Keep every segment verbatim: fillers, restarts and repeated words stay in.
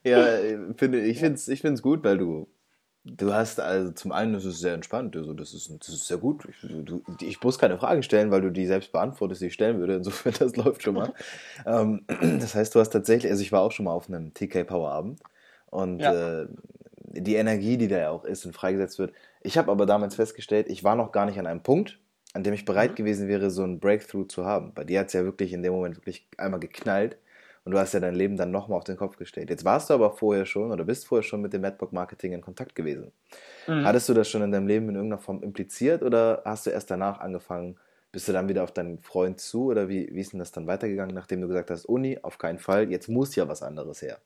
Ja, äh, finde, ich finde es ich find's gut, weil du, du hast, also zum einen, das ist sehr entspannt, also das ist, das ist sehr gut. Ich, du, ich muss keine Frage stellen, weil du die selbst beantwortest, die ich stellen würde. Insofern, das läuft schon mal. Ähm, das heißt, du hast tatsächlich, also ich war auch schon mal auf einem T K Power Abend und Ja. äh, die Energie, die da ja auch ist und freigesetzt wird. Ich habe aber damals festgestellt, ich war noch gar nicht an einem Punkt, an dem ich bereit Mhm. gewesen wäre, so ein Breakthrough zu haben. Bei dir hat es ja wirklich in dem Moment wirklich einmal geknallt und du hast ja dein Leben dann nochmal auf den Kopf gestellt. Jetzt warst du aber vorher schon oder bist vorher schon mit dem Network Marketing in Kontakt gewesen. Mhm. Hattest du das schon in deinem Leben in irgendeiner Form impliziert oder hast du erst danach angefangen, bist du dann wieder auf deinen Freund zu oder wie, wie ist denn das dann weitergegangen, nachdem du gesagt hast, Uni, auf keinen Fall, jetzt muss ja was anderes her?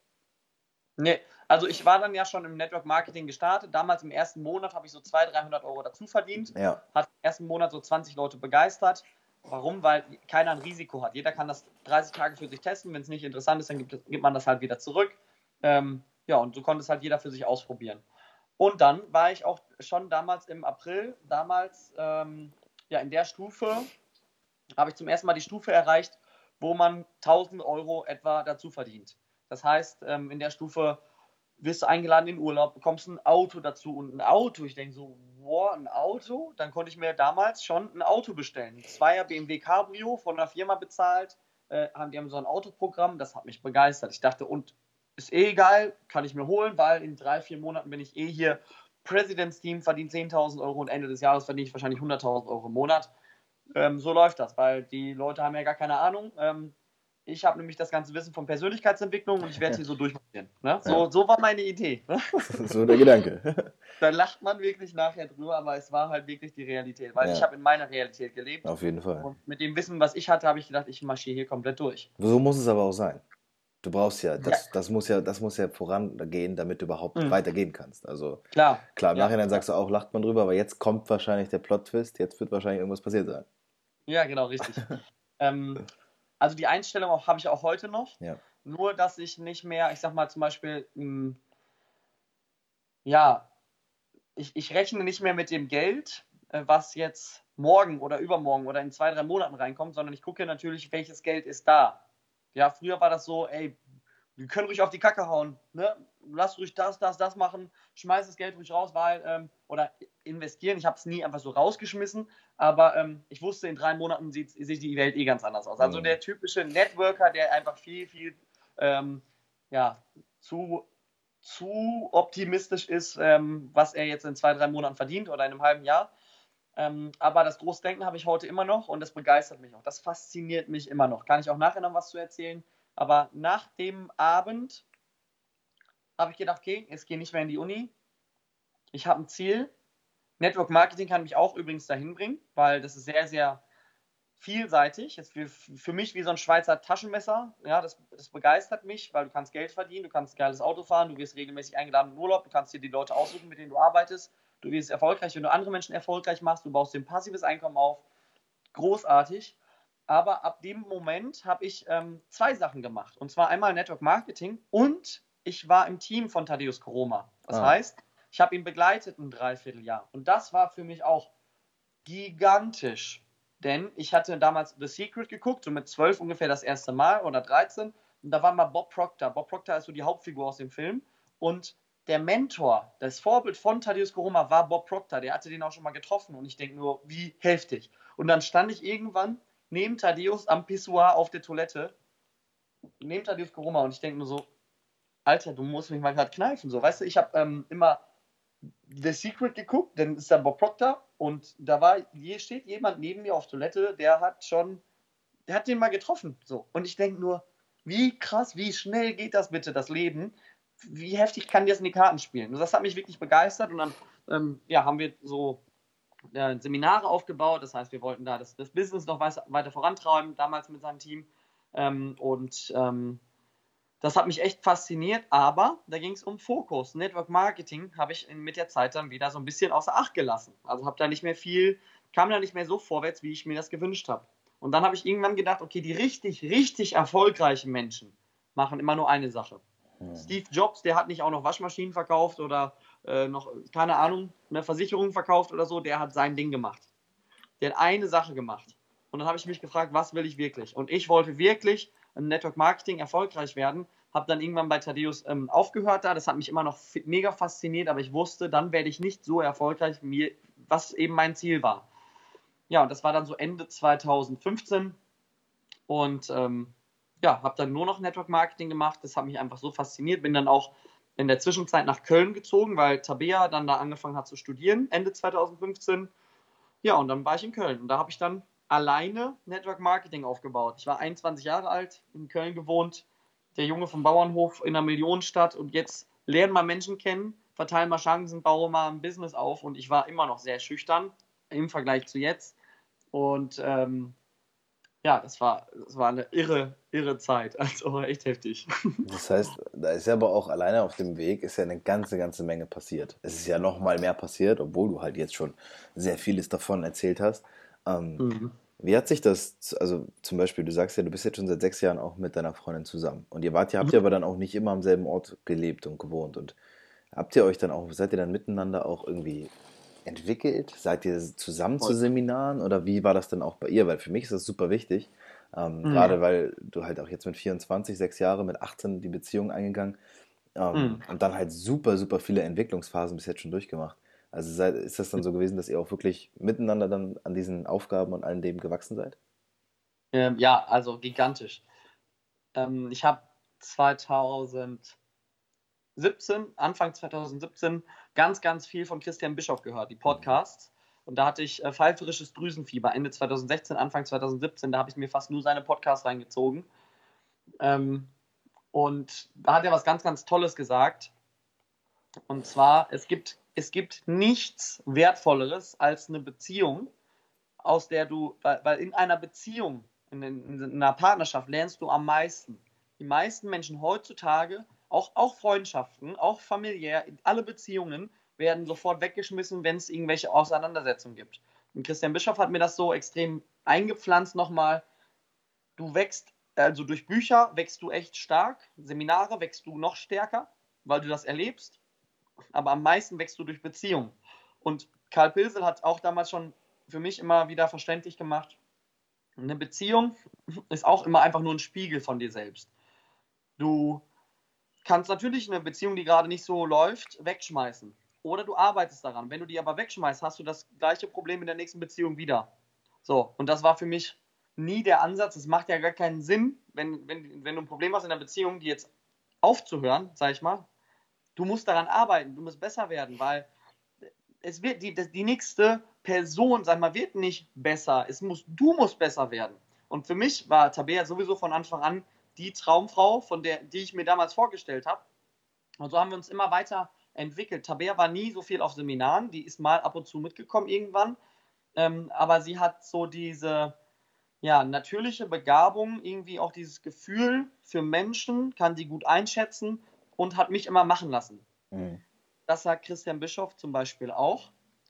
Ne, also ich war dann ja schon im Network Marketing gestartet. Damals im ersten Monat habe ich so zweihundert, dreihundert Euro dazu verdient. Ja, Hat im ersten Monat so zwanzig Leute begeistert. Warum? Weil keiner ein Risiko hat. Jeder kann das dreißig Tage für sich testen. Wenn es nicht interessant ist, dann gibt, gibt man das halt wieder zurück. Ähm, ja, und so konnte es halt jeder für sich ausprobieren. Und dann war ich auch schon damals im April, damals ähm, ja in der Stufe, habe ich zum ersten Mal die Stufe erreicht, wo man tausend Euro etwa dazu verdient. Das heißt, ähm, in der Stufe wirst du eingeladen in den Urlaub, bekommst ein Auto dazu und ein Auto. Ich denke so, wow, ein Auto? Dann konnte ich mir damals schon ein Auto bestellen. Ein Zweier B M W Cabrio von einer Firma bezahlt. Äh, haben, die haben so ein Autoprogramm, das hat mich begeistert. Ich dachte, und ist eh egal, kann ich mir holen, weil in drei, vier Monaten bin ich eh hier President's Team, verdient zehntausend Euro und Ende des Jahres verdiene ich wahrscheinlich hunderttausend Euro im Monat. Ähm, so läuft das, weil die Leute haben ja gar keine Ahnung. Ähm, ich habe nämlich das ganze Wissen von Persönlichkeitsentwicklung und ich werde hier so durchmarschieren. Ne? ja. So, so war meine Idee. Ne? So der Gedanke. Da lacht man wirklich nachher drüber, aber es war halt wirklich die Realität, weil ich Ja, habe in meiner Realität gelebt auf jeden Fall. und mit dem Wissen, was ich hatte, habe ich gedacht, ich marschiere hier komplett durch. So muss es aber auch sein. Du brauchst ja, Ja, das, das muss ja, das muss ja vorangehen, damit du überhaupt mhm. weitergehen kannst. Also Klar, klar, im ja, Nachhinein ja, sagst du auch, lacht man drüber, aber jetzt kommt wahrscheinlich der Plot-Twist, jetzt wird wahrscheinlich irgendwas passiert sein. ja, genau, richtig. Ähm, also die Einstellung auch, habe ich auch heute noch, Ja. nur dass ich nicht mehr, ich sag mal zum Beispiel, mh, ja, ich, ich rechne nicht mehr mit dem Geld, äh, was jetzt morgen oder übermorgen oder in zwei, drei Monaten reinkommt, sondern ich gucke natürlich, welches Geld ist da. Ja, früher war das so, ey, wir können ruhig auf die Kacke hauen, ne? Lass ruhig das, das, das machen, schmeiß das Geld ruhig raus, weil, ähm, oder investieren, ich habe es nie einfach so rausgeschmissen, aber ähm, ich wusste, in drei Monaten sieht, sieht die Welt eh ganz anders aus. Also Mhm. der typische Networker, der einfach viel, viel ähm, ja, zu zu optimistisch ist, ähm, was er jetzt in zwei, drei Monaten verdient oder in einem halben Jahr. Ähm, aber das Großdenken habe ich heute immer noch und das begeistert mich auch. Das fasziniert mich immer noch. Kann ich auch nachher noch was zu erzählen. Aber nach dem Abend habe ich gedacht, okay, jetzt gehe ich nicht mehr in die Uni. Ich habe ein Ziel. Network Marketing kann mich auch übrigens dahin bringen, weil das ist sehr, sehr vielseitig. Ist für, für mich wie so ein Schweizer Taschenmesser. Ja, das, das begeistert mich, weil du kannst Geld verdienen, du kannst ein geiles Auto fahren, du wirst regelmäßig eingeladen in Urlaub, du kannst dir die Leute aussuchen, mit denen du arbeitest. Du wirst erfolgreich, wenn du andere Menschen erfolgreich machst, du baust dir ein passives Einkommen auf. Großartig. Aber ab dem Moment habe ich ähm, zwei Sachen gemacht. Und zwar einmal Network Marketing und ich war im Team von Thaddeus Koroma. Das Ah, heißt, ich habe ihn begleitet ein Dreivierteljahr. Und das war für mich auch gigantisch. Denn ich hatte damals The Secret geguckt, so mit zwölf ungefähr das erste Mal oder dreizehn. Und da war mal Bob Proctor. Bob Proctor ist so die Hauptfigur aus dem Film. Und der Mentor, das Vorbild von Thaddeus Koroma war Bob Proctor. Der hatte den auch schon mal getroffen. Und ich denke nur, wie heftig. Und dann stand ich irgendwann neben Thaddeus am Pissoir auf der Toilette, neben Thaddeus Koroma. Und ich denke nur so, Alter, du musst mich mal gerade kneifen. So, weißt du, ich habe ähm, immer The Secret geguckt, dann ist da Bob Proctor und da war, hier steht jemand neben mir auf Toilette, der hat schon, der hat den mal getroffen. So. Und ich denke nur, wie krass, wie schnell geht das bitte, das Leben? Wie heftig kann das in die Karten spielen? Und das hat mich wirklich begeistert und dann ähm, ja, haben wir so äh, Seminare aufgebaut. Das heißt, wir wollten da das, das Business noch weiter vorantreiben, damals mit seinem Team. Ähm, und ähm, das hat mich echt fasziniert, aber da ging es um Fokus. Network Marketing habe ich in, mit der Zeit dann wieder so ein bisschen außer Acht gelassen. Also habe da nicht mehr viel, kam da nicht mehr so vorwärts, wie ich mir das gewünscht habe. Und dann habe ich irgendwann gedacht, okay, die richtig, richtig erfolgreichen Menschen machen immer nur eine Sache. Steve Jobs, der hat nicht auch noch Waschmaschinen verkauft oder äh, noch, keine Ahnung, eine Versicherung verkauft oder so, der hat sein Ding gemacht. Der hat eine Sache gemacht. Und dann habe ich mich gefragt, was will ich wirklich? Und ich wollte wirklich im Network Marketing erfolgreich werden, habe dann irgendwann bei Thaddeus ähm, aufgehört da. Das hat mich immer noch f- mega fasziniert, aber ich wusste, dann werde ich nicht so erfolgreich, wie, was eben mein Ziel war. Ja, und das war dann so Ende zwanzig fünfzehn und ähm, ja, habe dann nur noch Network Marketing gemacht. Das hat mich einfach so fasziniert. Bin dann auch in der Zwischenzeit nach Köln gezogen, weil Tabea dann da angefangen hat zu studieren, Ende zwanzig fünfzehn. Ja, und dann war ich in Köln und da habe ich dann alleine Network Marketing aufgebaut. Ich war einundzwanzig Jahre alt, in Köln gewohnt, der Junge vom Bauernhof in einer Millionenstadt und jetzt lernen mal Menschen kennen, verteilen mal Chancen, baue mal ein Business auf und ich war immer noch sehr schüchtern im Vergleich zu jetzt und ähm, ja, das war, das war eine irre, irre Zeit, also echt heftig. Das heißt, da ist ja aber auch alleine auf dem Weg ist ja eine ganze, ganze Menge passiert. Es ist ja noch mal mehr passiert, obwohl du halt jetzt schon sehr vieles davon erzählt hast. Ähm, Mhm. Wie hat sich das, also zum Beispiel, du sagst ja, du bist jetzt schon seit sechs Jahren auch mit deiner Freundin zusammen. Und ihr wart ja, habt ihr aber dann auch nicht immer am selben Ort gelebt und gewohnt. Und habt ihr euch dann auch, seid ihr dann miteinander auch irgendwie entwickelt? Seid ihr zusammen zu Voll. Seminaren oder wie war das dann auch bei ihr? Weil für mich ist das super wichtig, ähm, Mhm. gerade weil du halt auch jetzt mit vierundzwanzig, sechs Jahre, mit achtzehn die Beziehung eingegangen ähm, Mhm. und dann halt super, super viele Entwicklungsphasen bis jetzt schon durchgemacht. Also seid, ist das dann so gewesen, dass ihr auch wirklich miteinander dann an diesen Aufgaben und allem dem gewachsen seid? Ähm, ja, also gigantisch. Ähm, ich habe zwanzig siebzehn, Anfang zwanzig siebzehn, ganz, ganz viel von Christian Bischoff gehört, die Mhm. Podcasts. Und da hatte ich äh, pfeiferisches Drüsenfieber Ende zwanzig sechzehn, Anfang zwanzig siebzehn. Da habe ich mir fast nur seine Podcasts reingezogen. Ähm, und da hat er was ganz, ganz Tolles gesagt. Und zwar, es gibt, es gibt nichts Wertvolleres als eine Beziehung, aus der du, weil, weil in einer Beziehung, in, in, in einer Partnerschaft lernst du am meisten. Die meisten Menschen heutzutage, auch, auch Freundschaften, auch familiär, alle Beziehungen werden sofort weggeschmissen, wenn es irgendwelche Auseinandersetzungen gibt. Und Christian Bischoff hat mir das so extrem eingepflanzt nochmal. Du wächst, also durch Bücher wächst du echt stark, Seminare wächst du noch stärker, weil du das erlebst, aber am meisten wächst du durch Beziehungen. Und Karl Pilsel hat auch damals schon für mich immer wieder verständlich gemacht, eine Beziehung ist auch immer einfach nur ein Spiegel von dir selbst. Du kannst natürlich eine Beziehung, die gerade nicht so läuft, wegschmeißen. Oder du arbeitest daran. Wenn du die aber wegschmeißt, hast du das gleiche Problem in der nächsten Beziehung wieder. So, und das war für mich nie der Ansatz. Es macht ja gar keinen Sinn, wenn, wenn, wenn du ein Problem hast in der Beziehung, die jetzt aufzuhören, sag ich mal. Du musst daran arbeiten, du musst besser werden, weil es wird die, die nächste Person, sag mal, wird nicht besser. Es muss, du musst besser werden. Und für mich war Tabea sowieso von Anfang an die Traumfrau, von der, die ich mir damals vorgestellt habe. Und so haben wir uns immer weiter entwickelt. Tabea war nie so viel auf Seminaren, die ist mal ab und zu mitgekommen irgendwann. Ähm, aber sie hat so diese ja, natürliche Begabung, irgendwie auch dieses Gefühl für Menschen, kann sie gut einschätzen und hat mich immer machen lassen. Mhm. Das sagt Christian Bischoff zum Beispiel auch.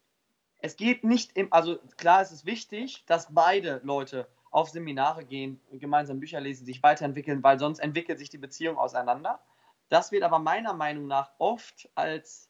Es geht nicht im, also klar, es ist wichtig, dass beide Leute auf Seminare gehen, gemeinsam Bücher lesen, sich weiterentwickeln, weil sonst entwickelt sich die Beziehung auseinander. Das wird aber meiner Meinung nach oft als,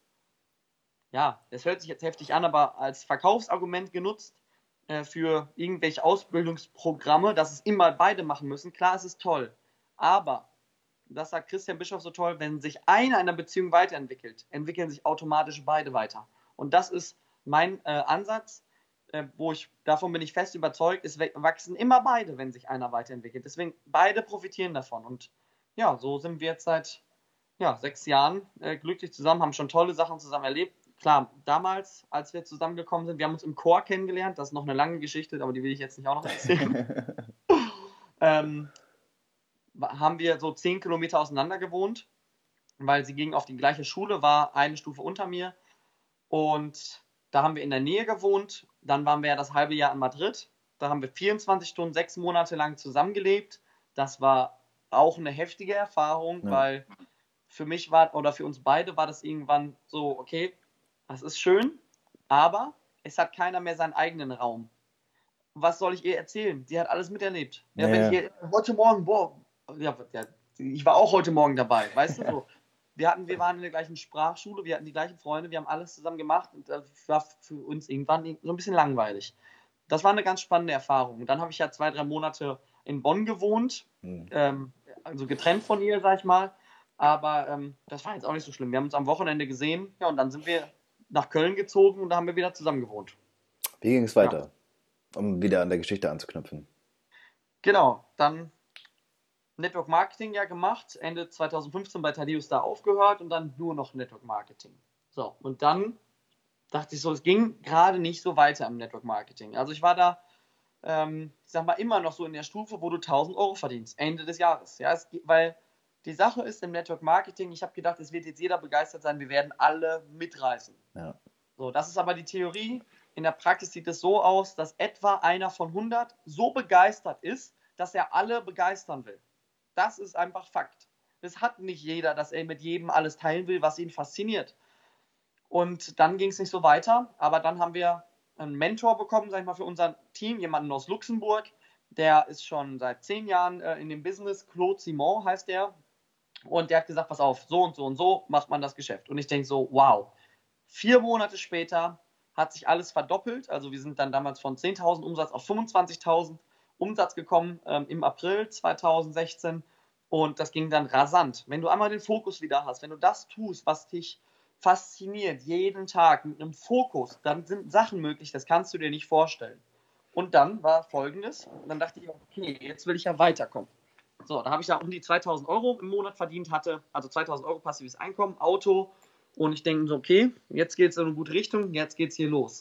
ja, das hört sich jetzt heftig an, aber als Verkaufsargument genutzt äh, für irgendwelche Ausbildungsprogramme, dass es immer beide machen müssen. Klar, es ist toll, aber das sagt Christian Bischof so toll, wenn sich einer in einer Beziehung weiterentwickelt, entwickeln sich automatisch beide weiter. Und das ist mein äh, Ansatz, äh, wo ich, davon bin ich fest überzeugt, es wachsen immer beide, wenn sich einer weiterentwickelt. Deswegen, beide profitieren davon. Und ja, so sind wir jetzt seit ja, sechs Jahren äh, glücklich zusammen, haben schon tolle Sachen zusammen erlebt. Klar, damals, als wir zusammengekommen sind, wir haben uns im Chor kennengelernt, das ist noch eine lange Geschichte, aber die will ich jetzt nicht auch noch erzählen. ähm, haben wir so zehn Kilometer auseinander gewohnt, weil sie ging auf die gleiche Schule, war eine Stufe unter mir. Und da haben wir in der Nähe gewohnt. Dann waren wir ja das halbe Jahr in Madrid. Da haben wir vierundzwanzig Stunden, sechs Monate lang zusammengelebt. Das war auch eine heftige Erfahrung, Ja. weil für mich war, oder für uns beide war das irgendwann so, okay, das ist schön, aber es hat keiner mehr seinen eigenen Raum. Was soll ich ihr erzählen? Sie hat alles miterlebt. Ja, Ja, wenn ich ja. ihr heute Morgen, boah, ja, ja, ich war auch heute Morgen dabei, weißt du so. Wir, hatten, wir waren in der gleichen Sprachschule, wir hatten die gleichen Freunde, wir haben alles zusammen gemacht und das war für uns irgendwann so ein bisschen langweilig. Das war eine ganz spannende Erfahrung. Und dann habe ich ja zwei, drei Monate in Bonn gewohnt, Mhm. ähm, also getrennt von ihr, sag ich mal. Aber ähm, das war jetzt auch nicht so schlimm. Wir haben uns am Wochenende gesehen, ja, und dann sind wir nach Köln gezogen und da haben wir wieder zusammen gewohnt. Wie ging es Ja, weiter, um wieder an der Geschichte anzuknüpfen? genau. Dann Network Marketing ja gemacht, Ende zwanzig fünfzehn bei Thaddeus da aufgehört und dann nur noch Network Marketing. So, und dann dachte ich so, es ging gerade nicht so weiter im Network Marketing. Also ich war da, ähm, ich sag mal, immer noch so in der Stufe, wo du tausend Euro verdienst, Ende des Jahres. Ja, es, weil die Sache ist im Network Marketing, ich habe gedacht, es wird jetzt jeder begeistert sein, wir werden alle mitreißen. Ja. So, das ist aber die Theorie. In der Praxis sieht es so aus, dass etwa einer von hundert so begeistert ist, dass er alle begeistern will. Das ist einfach Fakt. Das hat nicht jeder, dass er mit jedem alles teilen will, was ihn fasziniert. Und dann ging es nicht so weiter, aber dann haben wir einen Mentor bekommen, sag ich mal, für unser Team, jemanden aus Luxemburg, der ist schon seit zehn Jahren äh, in dem Business, Claude Simon heißt der, und der hat gesagt, pass auf, so und so und so macht man das Geschäft. Und ich denke so, wow, vier Monate später hat sich alles verdoppelt, also wir sind dann damals von zehntausend Umsatz auf fünfundzwanzigtausend Umsatz gekommen ähm, im April zweitausendsechzehn und das ging dann rasant. Wenn du einmal den Fokus wieder hast, wenn du das tust, was dich fasziniert, jeden Tag mit einem Fokus, dann sind Sachen möglich, das kannst du dir nicht vorstellen. Und dann war Folgendes, dann dachte ich, okay, jetzt will ich ja weiterkommen. So, da habe ich ja um die zweitausend Euro im Monat verdient hatte, also zweitausend Euro passives Einkommen, Auto, und ich denke so, okay, jetzt geht es in eine gute Richtung, jetzt geht es hier los.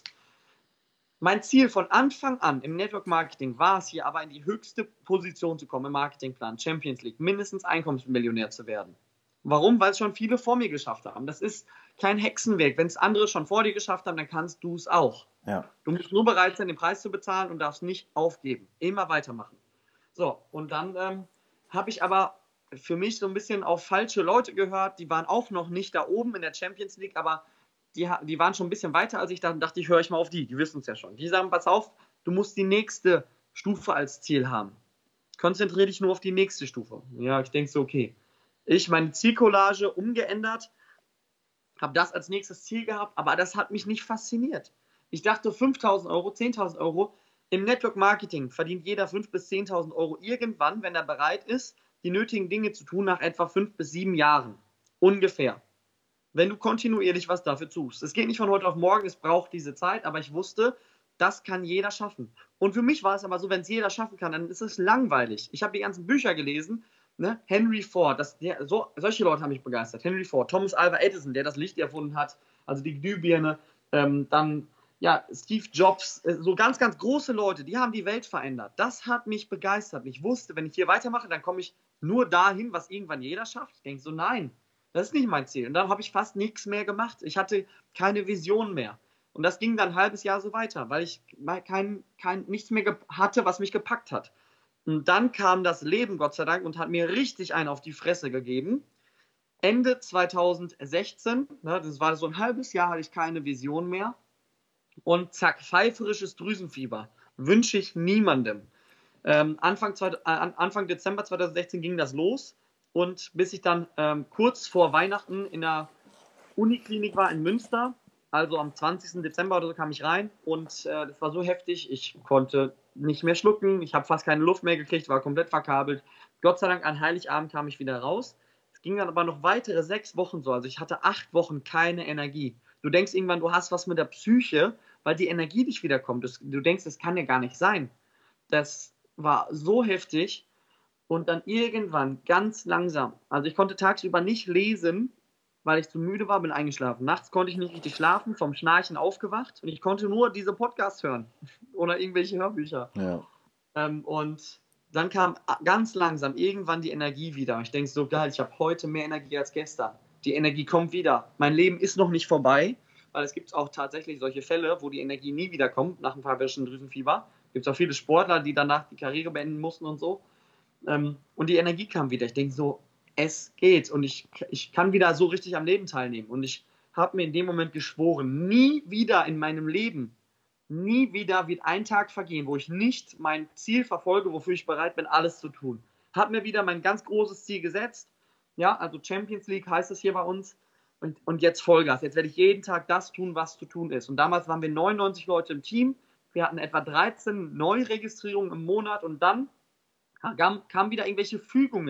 Mein Ziel von Anfang an im Network Marketing war es hier aber in die höchste Position zu kommen im Marketingplan, Champions League, mindestens Einkommensmillionär zu werden. Warum? Weil es schon viele vor mir geschafft haben. Das ist kein Hexenwerk. Wenn es andere schon vor dir geschafft haben, dann kannst du es auch. Ja. Du musst nur bereit sein, den Preis zu bezahlen und darfst nicht aufgeben. Immer weitermachen. So, und dann ähm, habe ich aber für mich so ein bisschen auf falsche Leute gehört. Die waren auch noch nicht da oben in der Champions League, aber die, die waren schon ein bisschen weiter als ich. Da dachte ich, höre ich mal auf die. Die wissen es ja schon. Die sagen, pass auf, du musst die nächste Stufe als Ziel haben. Konzentriere dich nur auf die nächste Stufe. Ja, ich denke so, okay. Ich meine Zielcollage umgeändert, habe das als nächstes Ziel gehabt, aber das hat mich nicht fasziniert. Ich dachte fünftausend Euro, zehntausend Euro. Im Network Marketing verdient jeder fünftausend bis zehntausend Euro irgendwann, wenn er bereit ist, die nötigen Dinge zu tun, nach etwa fünf bis sieben Jahren. Ungefähr. Wenn du kontinuierlich was dafür tust. Es geht nicht von heute auf morgen, es braucht diese Zeit, aber ich wusste, das kann jeder schaffen. Und für mich war es aber so, wenn es jeder schaffen kann, dann ist es langweilig. Ich habe die ganzen Bücher gelesen, ne? Henry Ford, das, der, so, solche Leute haben mich begeistert. Henry Ford, Thomas Alva Edison, der das Licht erfunden hat, also die Glühbirne, ähm, dann ja, Steve Jobs, äh, so ganz, ganz große Leute, die haben die Welt verändert. Das hat mich begeistert. Ich wusste, wenn ich hier weitermache, dann komme ich nur dahin, was irgendwann jeder schafft. Ich denke so, nein, das ist nicht mein Ziel. Und dann habe ich fast nichts mehr gemacht. Ich hatte keine Vision mehr. Und das ging dann ein halbes Jahr so weiter, weil ich kein, kein, nichts mehr hatte, was mich gepackt hat. Und dann kam das Leben, Gott sei Dank, und hat mir richtig einen auf die Fresse gegeben. Ende zweitausendsechzehn, ne, das war so ein halbes Jahr, hatte ich keine Vision mehr. Und zack, pfeiferisches Drüsenfieber. Wünsche ich niemandem. Ähm, Anfang, äh, Anfang Dezember zweitausendsechzehn ging das los. Und bis ich dann ähm, kurz vor Weihnachten in der Uniklinik war in Münster, also am zwanzigsten Dezember oder so kam ich rein und äh, das war so heftig, ich konnte nicht mehr schlucken, ich habe fast keine Luft mehr gekriegt, war komplett verkabelt. Gott sei Dank an Heiligabend kam ich wieder raus. Es ging dann aber noch weitere sechs Wochen so, also ich hatte acht Wochen keine Energie. Du denkst irgendwann, du hast was mit der Psyche, weil die Energie nicht wiederkommt. Das, du denkst, das kann ja gar nicht sein. Das war so heftig und dann irgendwann ganz langsam, also ich konnte tagsüber nicht lesen, weil ich zu müde war, bin eingeschlafen. Nachts konnte ich nicht richtig schlafen, vom Schnarchen aufgewacht und ich konnte nur diese Podcasts hören oder irgendwelche Hörbücher. Ja. Ähm, und dann kam ganz langsam irgendwann die Energie wieder. Ich denke so, geil, ich habe heute mehr Energie als gestern. Die Energie kommt wieder. Mein Leben ist noch nicht vorbei, weil es gibt auch tatsächlich solche Fälle, wo die Energie nie wiederkommt nach ein paar Wischen Drüsenfieber. Es gibt auch viele Sportler, die danach die Karriere beenden mussten und so. Ähm, und die Energie kam wieder. Ich denke so, es geht und ich, ich kann wieder so richtig am Leben teilnehmen. Und ich habe mir in dem Moment geschworen, nie wieder in meinem Leben, nie wieder wird ein Tag vergehen, wo ich nicht mein Ziel verfolge, wofür ich bereit bin, alles zu tun. Habe mir wieder mein ganz großes Ziel gesetzt. Ja, also Champions League heißt es hier bei uns. Und, und jetzt Vollgas. Jetzt werde ich jeden Tag das tun, was zu tun ist. Und damals waren wir neunundneunzig Leute im Team. Wir hatten etwa dreizehn Neuregistrierungen im Monat und dann kamen wieder irgendwelche Fügungen.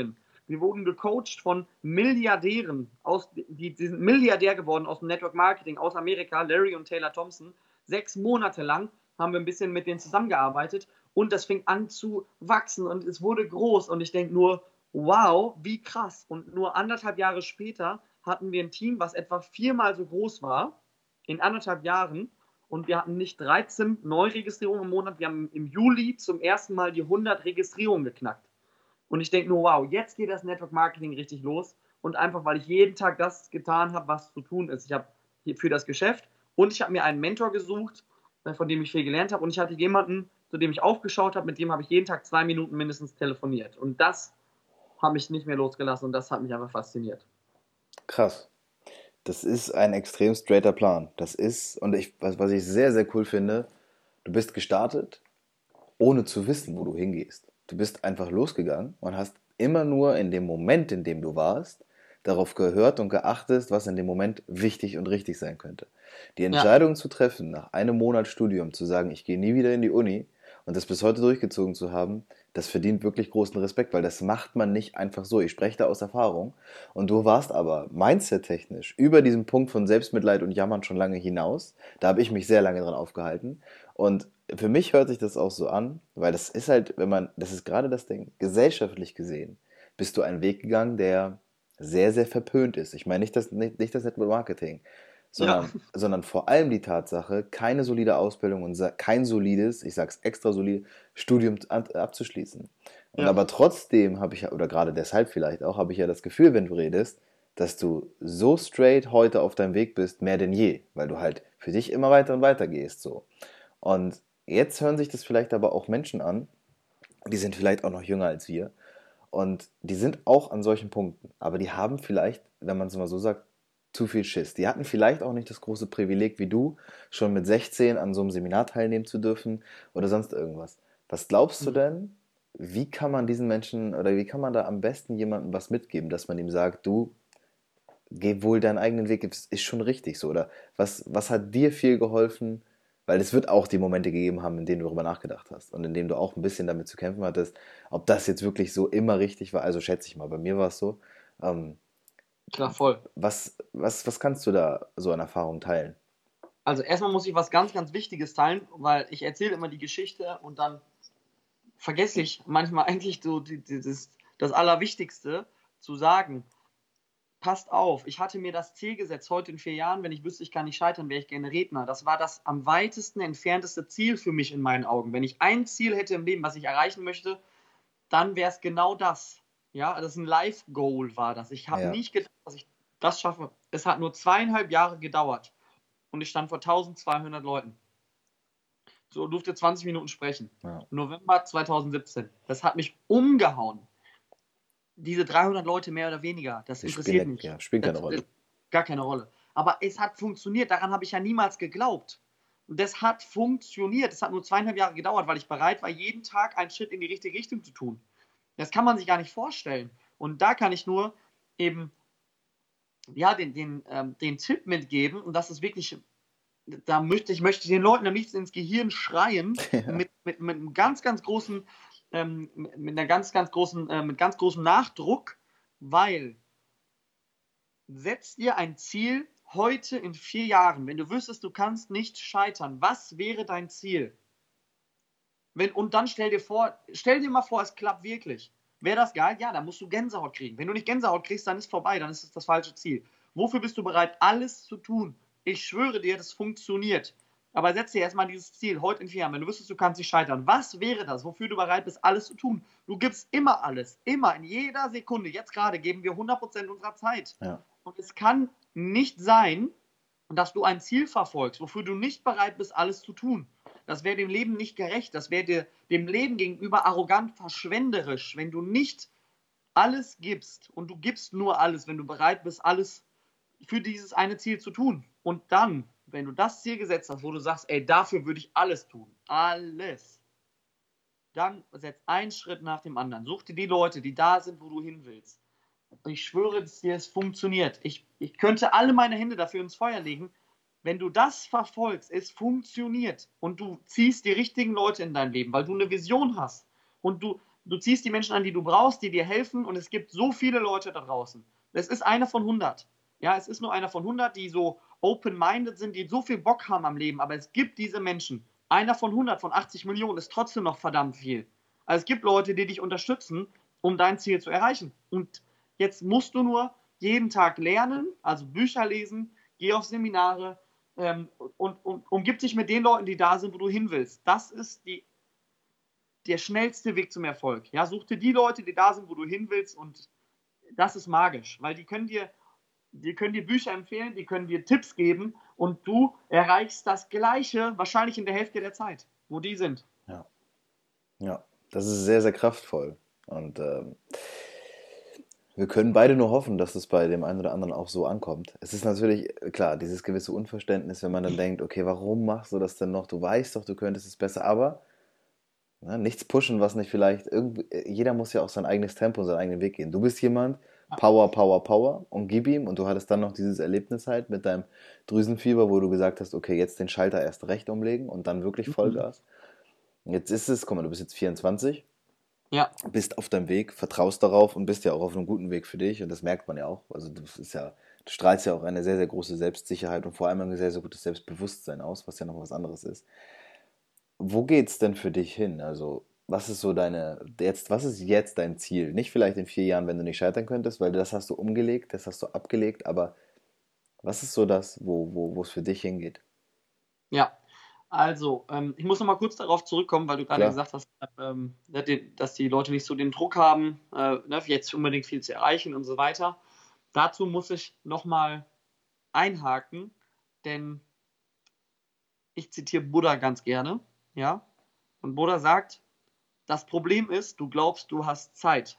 Wir wurden gecoacht von Milliardären. Aus, die, die sind Milliardär geworden aus dem Network Marketing aus Amerika, Larry und Taylor Thompson. Sechs Monate lang haben wir ein bisschen mit denen zusammengearbeitet und das fing an zu wachsen und es wurde groß. Und ich denke nur, wow, wie krass. Und nur anderthalb Jahre später hatten wir ein Team, was etwa viermal so groß war, in anderthalb Jahren. Und wir hatten nicht dreizehn Neuregistrierungen im Monat, wir haben im Juli zum ersten Mal die hundert Registrierungen geknackt. Und ich denke nur, wow, jetzt geht das Network Marketing richtig los. Und einfach, weil ich jeden Tag das getan habe, was zu tun ist. Ich habe für das Geschäft und ich habe mir einen Mentor gesucht, von dem ich viel gelernt habe. Und ich hatte jemanden, zu dem ich aufgeschaut habe, mit dem habe ich jeden Tag zwei Minuten mindestens telefoniert. Und das hat mich nicht mehr losgelassen und das hat mich einfach fasziniert. Krass. Das ist ein extrem straighter Plan. Das ist, und ich, was, was ich sehr, sehr cool finde, du bist gestartet, ohne zu wissen, wo du hingehst. Du bist einfach losgegangen und hast immer nur in dem Moment, in dem du warst, darauf gehört und geachtet, was in dem Moment wichtig und richtig sein könnte. Die Entscheidung ja. zu treffen, nach einem Monat Studium zu sagen, ich gehe nie wieder in die Uni und das bis heute durchgezogen zu haben, das verdient wirklich großen Respekt, weil das macht man nicht einfach so. Ich spreche da aus Erfahrung. Und du warst aber mindset-technisch über diesen Punkt von Selbstmitleid und Jammern schon lange hinaus. Da habe ich mich sehr lange dran aufgehalten. Und für mich hört sich das auch so an, weil das ist halt, wenn man, das ist gerade das Ding, gesellschaftlich gesehen, bist du einen Weg gegangen, der sehr, sehr verpönt ist. Ich meine nicht das, nicht, nicht das Network Marketing, sondern, ja. sondern vor allem die Tatsache, keine solide Ausbildung und kein solides, ich sag's extra solid, Studium abzuschließen. Und ja. aber trotzdem habe ich, oder gerade deshalb vielleicht auch, habe ich ja das Gefühl, wenn du redest, dass du so straight heute auf deinem Weg bist, mehr denn je, weil du halt für dich immer weiter und weiter gehst, so. Und jetzt hören sich das vielleicht aber auch Menschen an, die sind vielleicht auch noch jünger als wir und die sind auch an solchen Punkten, aber die haben vielleicht, wenn man es mal so sagt, zu viel Schiss. Die hatten vielleicht auch nicht das große Privileg wie du, schon mit sechzehn an so einem Seminar teilnehmen zu dürfen oder sonst irgendwas. Was glaubst mhm. du denn, wie kann man diesen Menschen oder wie kann man da am besten jemandem was mitgeben, dass man ihm sagt, du, geh wohl deinen eigenen Weg, ist schon richtig so, oder was, was hat dir viel geholfen? Weil es wird auch die Momente gegeben haben, in denen du darüber nachgedacht hast und in denen du auch ein bisschen damit zu kämpfen hattest, ob das jetzt wirklich so immer richtig war. Also schätze ich mal, bei mir war es so. Ähm, Klar, voll. Was, was, was kannst du da so an Erfahrung teilen? Also erstmal muss ich was ganz, ganz Wichtiges teilen, weil ich erzähle immer die Geschichte und dann vergesse ich manchmal eigentlich so dieses, das Allerwichtigste zu sagen. Passt auf, ich hatte mir das Ziel gesetzt, heute in vier Jahren, wenn ich wüsste, ich kann nicht scheitern, wäre ich gerne Redner. Das war das am weitesten entfernteste Ziel für mich in meinen Augen. Wenn ich ein Ziel hätte im Leben, was ich erreichen möchte, dann wäre es genau das. Ja, das ist ein Life-Goal war das. Ich habe ja. nicht gedacht, dass ich das schaffe. Es hat nur zweieinhalb Jahre gedauert und ich stand vor zwölfhundert Leuten. So, durfte zwanzig Minuten sprechen. Ja. November zweitausendsiebzehn. Das hat mich umgehauen. Diese dreihundert Leute mehr oder weniger, das, das interessiert spielt, mich. Ja, spielt keine das, Rolle. Das, gar keine Rolle. Aber es hat funktioniert, daran habe ich ja niemals geglaubt. Und das hat funktioniert. Es hat nur zweieinhalb Jahre gedauert, weil ich bereit war, jeden Tag einen Schritt in die richtige Richtung zu tun. Das kann man sich gar nicht vorstellen. Und da kann ich nur eben ja, den, den, ähm, den Tipp mitgeben, und das ist wirklich, da möchte ich möchte den Leuten am liebsten ins Gehirn schreien, ja. mit, mit, mit einem ganz, ganz großen Ähm, mit einer ganz, ganz großen, äh, mit ganz großem Nachdruck, weil setz dir ein Ziel heute in vier Jahren, wenn du wüsstest, du kannst nicht scheitern, was wäre dein Ziel? Wenn, und dann stell dir vor, stell dir mal vor, es klappt wirklich. Wäre das geil? Ja, dann musst du Gänsehaut kriegen. Wenn du nicht Gänsehaut kriegst, dann ist es vorbei, dann ist es das falsche Ziel. Wofür bist du bereit, alles zu tun? Ich schwöre dir, das funktioniert. Aber setz dir erstmal dieses Ziel, heute in vier Jahren, wenn du wüsstest, du kannst nicht scheitern. Was wäre das, wofür du bereit bist, alles zu tun? Du gibst immer alles, immer, in jeder Sekunde. Jetzt gerade geben wir hundert Prozent unserer Zeit. Ja. Und es kann nicht sein, dass du ein Ziel verfolgst, wofür du nicht bereit bist, alles zu tun. Das wäre dem Leben nicht gerecht. Das wäre dem Leben gegenüber arrogant, verschwenderisch, wenn du nicht alles gibst. Und du gibst nur alles, wenn du bereit bist, alles für dieses eine Ziel zu tun. Und dann, wenn du das Ziel gesetzt hast, wo du sagst, ey, dafür würde ich alles tun, alles, dann setz einen Schritt nach dem anderen. Such dir die Leute, die da sind, wo du hin willst. Und ich schwöre dir, es funktioniert. Ich, ich könnte alle meine Hände dafür ins Feuer legen. Wenn du das verfolgst, es funktioniert und du ziehst die richtigen Leute in dein Leben, weil du eine Vision hast und du, du ziehst die Menschen an, die du brauchst, die dir helfen und es gibt so viele Leute da draußen. Es ist einer von hundert. Ja, es ist nur einer von hundert, die so open-minded sind, die so viel Bock haben am Leben, aber es gibt diese Menschen. Einer von hundert, von achtzig Millionen ist trotzdem noch verdammt viel. Also es gibt Leute, die dich unterstützen, um dein Ziel zu erreichen. Und jetzt musst du nur jeden Tag lernen, also Bücher lesen, geh auf Seminare ähm, und, und umgib dich mit den Leuten, die da sind, wo du hin willst. Das ist die, der schnellste Weg zum Erfolg. Ja, such dir die Leute, die da sind, wo du hin willst und das ist magisch, weil die können dir, die können dir Bücher empfehlen, die können dir Tipps geben und du erreichst das Gleiche wahrscheinlich in der Hälfte der Zeit, wo die sind. Ja, ja, das ist sehr, sehr kraftvoll. Und ähm, wir können beide nur hoffen, dass es bei dem einen oder anderen auch so ankommt. Es ist natürlich, äh, klar, dieses gewisse Unverständnis, wenn man dann denkt, okay, warum machst du das denn noch? Du weißt doch, du könntest es besser, aber ne, nichts pushen, was nicht vielleicht irgendwie, jeder muss ja auch sein eigenes Tempo, seinen eigenen Weg gehen. Du bist jemand, Power, Power, Power und gib ihm und du hattest dann noch dieses Erlebnis halt mit deinem Drüsenfieber, wo du gesagt hast, okay, jetzt den Schalter erst recht umlegen und dann wirklich Vollgas. Jetzt ist es, guck mal, du bist jetzt vierundzwanzig, Ja, bist auf deinem Weg, vertraust darauf und bist ja auch auf einem guten Weg für dich und das merkt man ja auch. Also das ist ja, du strahlst ja auch eine sehr, sehr große Selbstsicherheit und vor allem ein sehr, sehr gutes Selbstbewusstsein aus, was ja noch was anderes ist. Wo geht's denn für dich hin? Also, was ist so deine, jetzt, was ist jetzt dein Ziel? Nicht vielleicht in vier Jahren, wenn du nicht scheitern könntest, weil das hast du umgelegt, das hast du abgelegt, aber was ist so das, wo, wo, wo es für dich hingeht? ja. Also, ähm, ich muss noch mal kurz darauf zurückkommen, weil du gerade Klar, gesagt hast, ähm, dass die Leute nicht so den Druck haben, äh, ne, jetzt unbedingt viel zu erreichen und so weiter. Dazu muss ich noch mal einhaken, denn ich zitiere Buddha ganz gerne, ja. Und Buddha sagt, das Problem ist, du glaubst, du hast Zeit.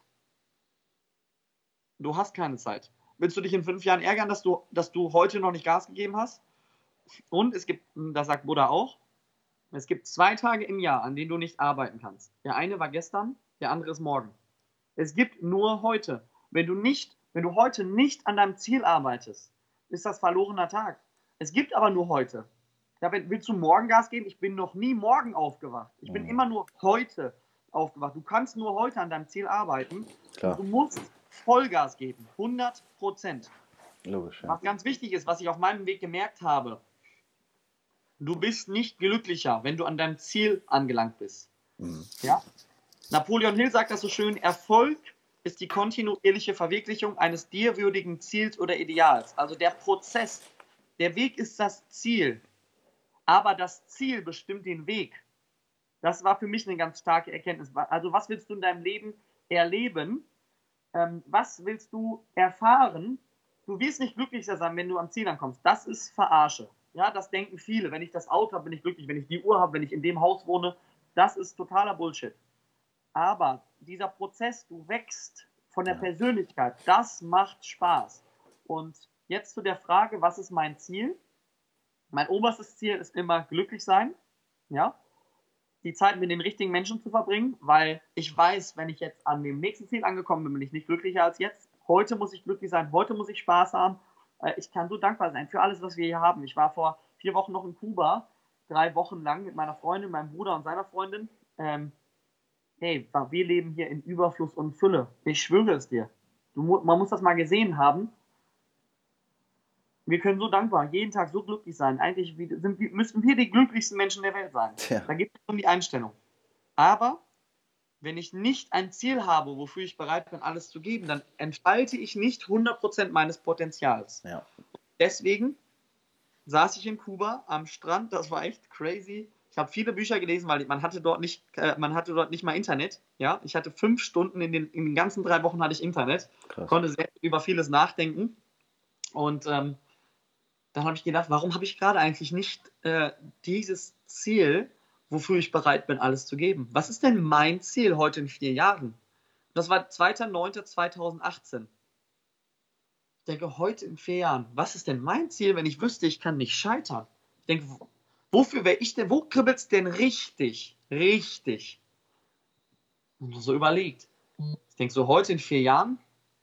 Du hast keine Zeit. Willst du dich in fünf Jahren ärgern, dass du, dass du heute noch nicht Gas gegeben hast? Und es gibt, das sagt Buddha auch, es gibt zwei Tage im Jahr, an denen du nicht arbeiten kannst. Der eine war gestern, der andere ist morgen. Es gibt nur heute. Wenn du nicht, wenn du heute nicht an deinem Ziel arbeitest, ist das verlorener Tag. Es gibt aber nur heute. Ja, willst du morgen Gas geben? Ich bin noch nie morgen aufgewacht. Ich bin immer nur heute aufgewacht. Du kannst nur heute an deinem Ziel arbeiten und klar, du musst Vollgas geben. hundert Prozent. logisch, ja. Was ganz wichtig ist, was ich auf meinem Weg gemerkt habe, du bist nicht glücklicher, wenn du an deinem Ziel angelangt bist. Mhm. Ja? Napoleon Hill sagt das so schön, Erfolg ist die kontinuierliche Verwirklichung eines dir würdigen Ziels oder Ideals. Also der Prozess, der Weg ist das Ziel, aber das Ziel bestimmt den Weg. Das war für mich eine ganz starke Erkenntnis. Also was willst du in deinem Leben erleben? Ähm, was willst du erfahren? Du wirst nicht glücklicher sein, wenn du am Ziel ankommst. Das ist Verarsche. Ja, das denken viele. Wenn ich das Auto habe, bin ich glücklich. Wenn ich die Uhr habe, wenn ich in dem Haus wohne, das ist totaler Bullshit. Aber dieser Prozess, du wächst von der Ja. Persönlichkeit, das macht Spaß. Und jetzt zu der Frage, was ist mein Ziel? Mein oberstes Ziel ist immer glücklich sein, ja, die Zeit mit den richtigen Menschen zu verbringen, weil ich weiß, wenn ich jetzt an dem nächsten Ziel angekommen bin, bin ich nicht glücklicher als jetzt. Heute muss ich glücklich sein, heute muss ich Spaß haben. Ich kann so dankbar sein für alles, was wir hier haben. Ich war vor vier Wochen noch in Kuba, drei Wochen lang mit meiner Freundin, meinem Bruder und seiner Freundin. Ähm, hey, wir leben hier in Überfluss und Fülle. Ich schwöre es dir. Du, man muss das mal gesehen haben. Wir können so dankbar, jeden Tag so glücklich sein. Eigentlich sind, müssten wir die glücklichsten Menschen der Welt sein. Tja. Da geht es um die Einstellung. Aber wenn ich nicht ein Ziel habe, wofür ich bereit bin, alles zu geben, dann entfalte ich nicht hundert Prozent meines Potenzials. Ja. Deswegen saß ich in Kuba am Strand, das war echt crazy. Ich habe viele Bücher gelesen, weil man hatte dort nicht, äh, man hatte dort nicht mal Internet. Ja, ich hatte fünf Stunden in den, in den ganzen drei Wochen hatte ich Internet, Krass. konnte sehr über vieles nachdenken. Und ähm, dann habe ich gedacht, warum habe ich gerade eigentlich nicht äh, dieses Ziel, wofür ich bereit bin, alles zu geben? Was ist denn mein Ziel heute in vier Jahren? Das war zweiter neunter zweitausendachtzehn. Ich denke, heute in vier Jahren, was ist denn mein Ziel, wenn ich wüsste, ich kann nicht scheitern? Ich denke, wofür wäre ich denn, wo kribbelt es denn richtig? Richtig. Und so überlegt. Ich denke, so heute in vier Jahren,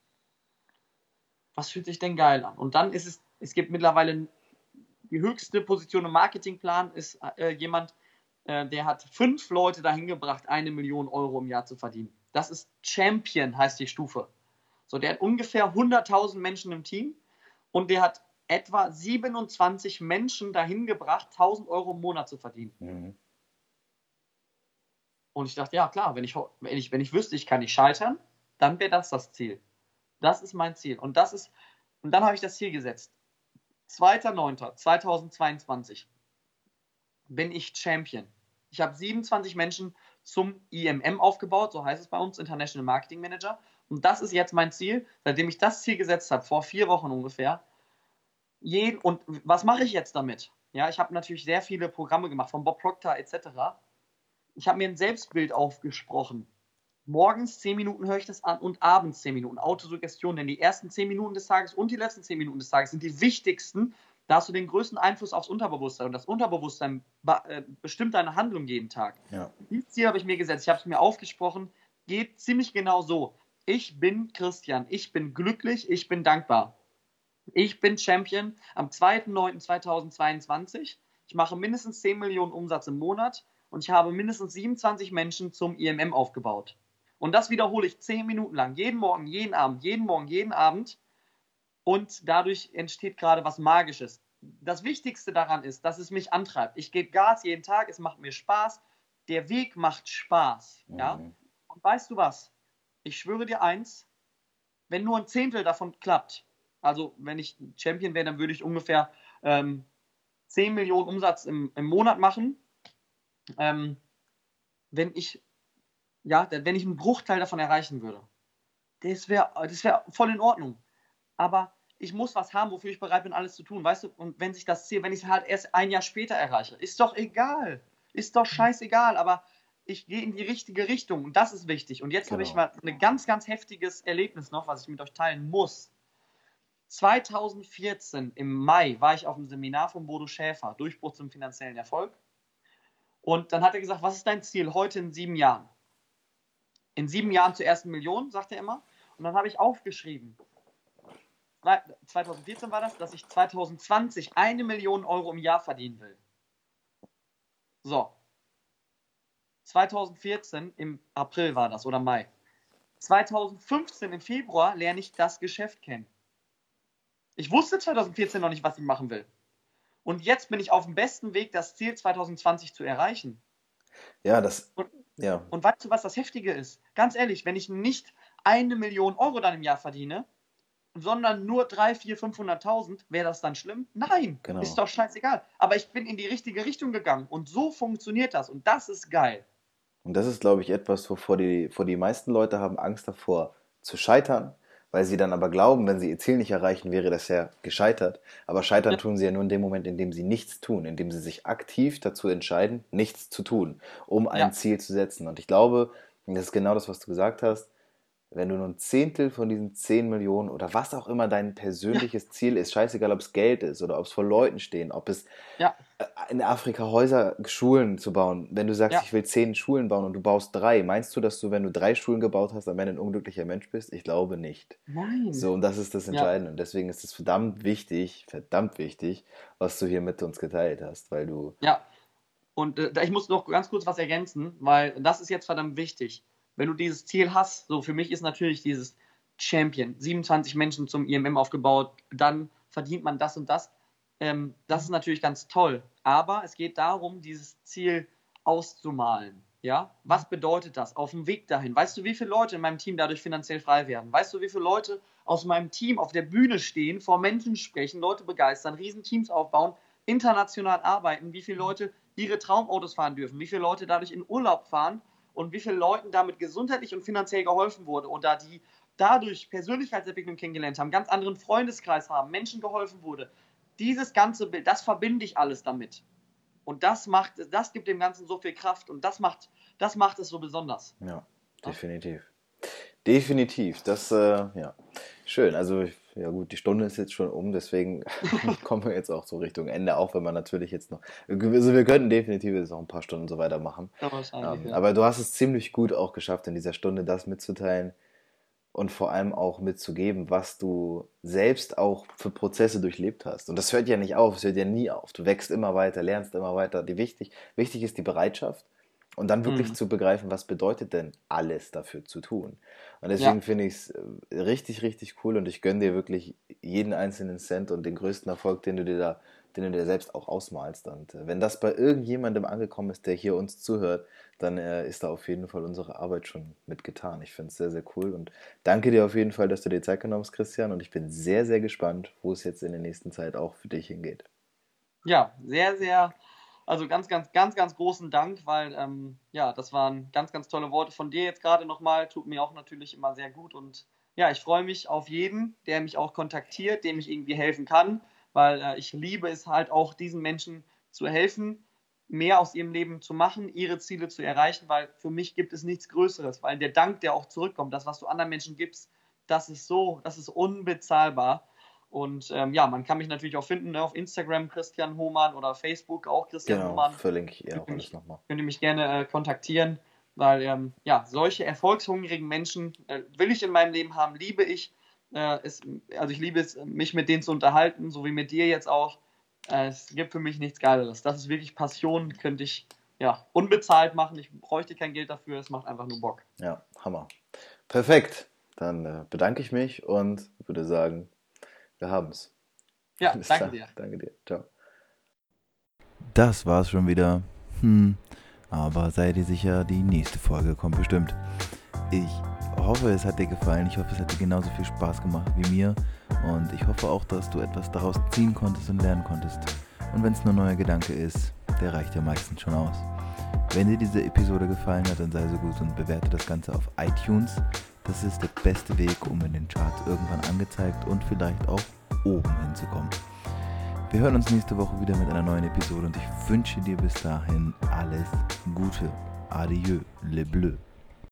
was fühlt sich denn geil an? Und dann ist es, es gibt mittlerweile die höchste Position im Marketingplan, ist äh, jemand, äh, der hat fünf Leute dahin gebracht, eine Million Euro im Jahr zu verdienen. Das ist Champion, heißt die Stufe. So, der hat ungefähr hunderttausend Menschen im Team und der hat etwa siebenundzwanzig Menschen dahin gebracht, tausend Euro im Monat zu verdienen. Mhm. Und ich dachte, ja klar, wenn ich, wenn ich, wenn ich wüsste, ich kann nicht scheitern, dann wäre das das Ziel. Das ist mein Ziel. Und das ist, und dann habe ich das Ziel gesetzt. zweiter neunter zweitausendzweiundzwanzig bin ich Champion. Ich habe siebenundzwanzig Menschen zum I M M aufgebaut, so heißt es bei uns, International Marketing Manager. Und das ist jetzt mein Ziel, seitdem ich das Ziel gesetzt habe, vor vier Wochen ungefähr. Jeden, und was mache ich jetzt damit? Ja, ich habe natürlich sehr viele Programme gemacht, von Bob Proctor et cetera. Ich habe mir ein Selbstbild aufgesprochen. Morgens zehn Minuten höre ich das an und abends zehn Minuten. Autosuggestion, denn die ersten zehn Minuten des Tages und die letzten zehn Minuten des Tages sind die wichtigsten. Da hast du den größten Einfluss aufs Unterbewusstsein. Und das Unterbewusstsein bestimmt deine Handlung jeden Tag. Ja. Dieses Ziel habe ich mir gesetzt. Ich habe es mir aufgesprochen. Geht ziemlich genau so. Ich bin Christian. Ich bin glücklich. Ich bin dankbar. Ich bin Champion am zweiter neunter zweitausendzweiundzwanzig. Ich mache mindestens zehn Millionen Umsatz im Monat. Und ich habe mindestens siebenundzwanzig Menschen zum I M M aufgebaut. Und das wiederhole ich zehn Minuten lang. Jeden Morgen, jeden Abend, jeden Morgen, jeden Abend. Und dadurch entsteht gerade was Magisches. Das Wichtigste daran ist, dass es mich antreibt. Ich gebe Gas jeden Tag, es macht mir Spaß. Der Weg macht Spaß. Mhm. Ja? Und weißt du was? Ich schwöre dir eins, wenn nur ein Zehntel davon klappt, also wenn ich Champion wäre, dann würde ich ungefähr ähm, zehn Millionen Umsatz im, im Monat machen. Ähm, wenn ich ja, wenn ich einen Bruchteil davon erreichen würde, das wäre das wär voll in Ordnung. Aber ich muss was haben, wofür ich bereit bin, alles zu tun, weißt du? Und wenn sich das Ziel, wenn ich es halt erst ein Jahr später erreiche, ist doch egal. Ist doch scheißegal, aber ich gehe in die richtige Richtung und das ist wichtig. Und jetzt genau. habe ich mal ein ganz, ganz heftiges Erlebnis noch, was ich mit euch teilen muss. zweitausendvierzehn im Mai war ich auf einem Seminar von Bodo Schäfer, Durchbruch zum finanziellen Erfolg. Und dann hat er gesagt, was ist dein Ziel heute in sieben Jahren? In sieben Jahren zur ersten Million, sagt er immer. Und dann habe ich aufgeschrieben, zweitausendvierzehn war das, dass ich zweitausendzwanzig eine Million Euro im Jahr verdienen will. So. zweitausendvierzehn im April war das oder Mai. zweitausendfünfzehn im Februar lerne ich das Geschäft kennen. Ich wusste zweitausendvierzehn noch nicht, was ich machen will. Und jetzt bin ich auf dem besten Weg, das Ziel zweitausendzwanzig zu erreichen. Ja, das... Und, ja. und weißt du, was das Heftige ist? Ganz ehrlich, wenn ich nicht eine Million Euro dann im Jahr verdiene, sondern nur dreihunderttausend, vierhunderttausend, fünfhunderttausend, wäre das dann schlimm? Nein, genau. Ist doch scheißegal. Aber ich bin in die richtige Richtung gegangen und so funktioniert das und das ist geil. Und das ist, glaube ich, etwas, wovor die, vor die meisten Leute haben Angst davor zu scheitern, weil sie dann aber glauben, wenn sie ihr Ziel nicht erreichen, wäre das ja gescheitert. Aber scheitern ja. tun sie ja nur in dem Moment, in dem sie nichts tun, in dem sie sich aktiv dazu entscheiden, nichts zu tun, um ein ja. Ziel zu setzen. Und ich glaube, das ist genau das, was du gesagt hast, wenn du nur ein Zehntel von diesen zehn Millionen oder was auch immer dein persönliches ja. Ziel ist, scheißegal, ob es Geld ist oder ob es vor Leuten stehen, ob es ja. in Afrika Häuser, Schulen zu bauen. Wenn du sagst, ja. ich will zehn Schulen bauen und du baust drei, meinst du, dass du, wenn du drei Schulen gebaut hast, am Ende ein unglücklicher Mensch bist? Ich glaube nicht. Nein. So, und das ist das Entscheidende. Ja. Und deswegen ist es verdammt wichtig, verdammt wichtig, was du hier mit uns geteilt hast, weil du... Ja, und äh, ich muss noch ganz kurz was ergänzen, weil das ist jetzt verdammt wichtig. Wenn du dieses Ziel hast, so für mich ist natürlich dieses Champion, siebenundzwanzig Menschen zum I M M aufgebaut, dann verdient man das und das. Ähm, das ist natürlich ganz toll. Aber es geht darum, dieses Ziel auszumalen. Ja? Was bedeutet das auf dem Weg dahin? Weißt du, wie viele Leute in meinem Team dadurch finanziell frei werden? Weißt du, wie viele Leute aus meinem Team auf der Bühne stehen, vor Menschen sprechen, Leute begeistern, Riesenteams aufbauen, international arbeiten? Wie viele Leute ihre Traumautos fahren dürfen? Wie viele Leute dadurch in Urlaub fahren? Und wie vielen Leuten damit gesundheitlich und finanziell geholfen wurde oder die dadurch Persönlichkeitsentwicklung kennengelernt haben, ganz anderen Freundeskreis haben, Menschen geholfen wurde. Dieses ganze Bild, das verbinde ich alles damit. Und das macht, das gibt dem Ganzen so viel Kraft und das macht, das macht es so besonders. Ja, definitiv. Ja? Definitiv. Das, äh, ja, schön. Also, ja gut, die Stunde ist jetzt schon um, deswegen kommen wir jetzt auch so Richtung Ende, auch wenn man natürlich jetzt noch, also wir könnten definitiv jetzt noch ein paar Stunden so weitermachen. Ja, wahrscheinlich, ähm, ja. Aber du hast es ziemlich gut auch geschafft, in dieser Stunde das mitzuteilen und vor allem auch mitzugeben, was du selbst auch für Prozesse durchlebt hast. Und das hört ja nicht auf, es hört ja nie auf. Du wächst immer weiter, lernst immer weiter. Die wichtig, wichtig ist die Bereitschaft, Und dann wirklich Mhm. zu begreifen, was bedeutet denn alles dafür zu tun. Und deswegen Ja, finde ich es richtig, richtig cool und ich gönne dir wirklich jeden einzelnen Cent und den größten Erfolg, den du dir da, den du dir selbst auch ausmalst. Und äh, wenn das bei irgendjemandem angekommen ist, der hier uns zuhört, dann äh, ist da auf jeden Fall unsere Arbeit schon mitgetan. Ich finde es sehr, sehr cool und danke dir auf jeden Fall, dass du dir Zeit genommen hast, Christian. Und ich bin sehr, sehr gespannt, wo es jetzt in der nächsten Zeit auch für dich hingeht. ja, sehr, sehr, also ganz, ganz, ganz, ganz großen Dank, weil ähm, ja, das waren ganz, ganz tolle Worte von dir jetzt gerade nochmal. Tut mir auch natürlich immer sehr gut und ja, ich freue mich auf jeden, der mich auch kontaktiert, dem ich irgendwie helfen kann, weil äh, ich liebe es halt auch, diesen Menschen zu helfen, mehr aus ihrem Leben zu machen, ihre Ziele zu erreichen, weil für mich gibt es nichts Größeres, weil der Dank, der auch zurückkommt, das, was du anderen Menschen gibst, das ist so, das ist unbezahlbar. Und ähm, ja, man kann mich natürlich auch finden, ne, auf Instagram Christian Hohmann oder Facebook auch Christian Genau, Hohmann. verlinke ich ihr Könnt auch ihr alles mich, nochmal. könnt ihr mich gerne äh, kontaktieren, weil ähm, ja, solche erfolgshungrigen Menschen äh, will ich in meinem Leben haben, liebe ich. Äh, es, also ich liebe es, mich mit denen zu unterhalten, so wie mit dir jetzt auch. Äh, es gibt für mich nichts Geileres. Das ist wirklich Passion, könnte ich ja unbezahlt machen. Ich bräuchte kein Geld dafür, es macht einfach nur Bock. Ja, Hammer. Perfekt. Dann äh, bedanke ich mich und würde sagen, wir haben's. Ja, Alles danke klar. dir. Danke dir. Ciao. Das war's schon wieder. Hm, aber sei dir sicher, die nächste Folge kommt bestimmt. Ich hoffe, es hat dir gefallen. Ich hoffe, es hat dir genauso viel Spaß gemacht wie mir. Und ich hoffe auch, dass du etwas daraus ziehen konntest und lernen konntest. Und wenn es nur ein neuer Gedanke ist, der reicht ja meistens schon aus. Wenn dir diese Episode gefallen hat, dann sei so gut und bewerte das Ganze auf iTunes. Das ist der beste Weg, um in den Charts irgendwann angezeigt und vielleicht auch oben hinzukommen. Wir hören uns nächste Woche wieder mit einer neuen Episode und ich wünsche dir bis dahin alles Gute. Adieu, le bleu.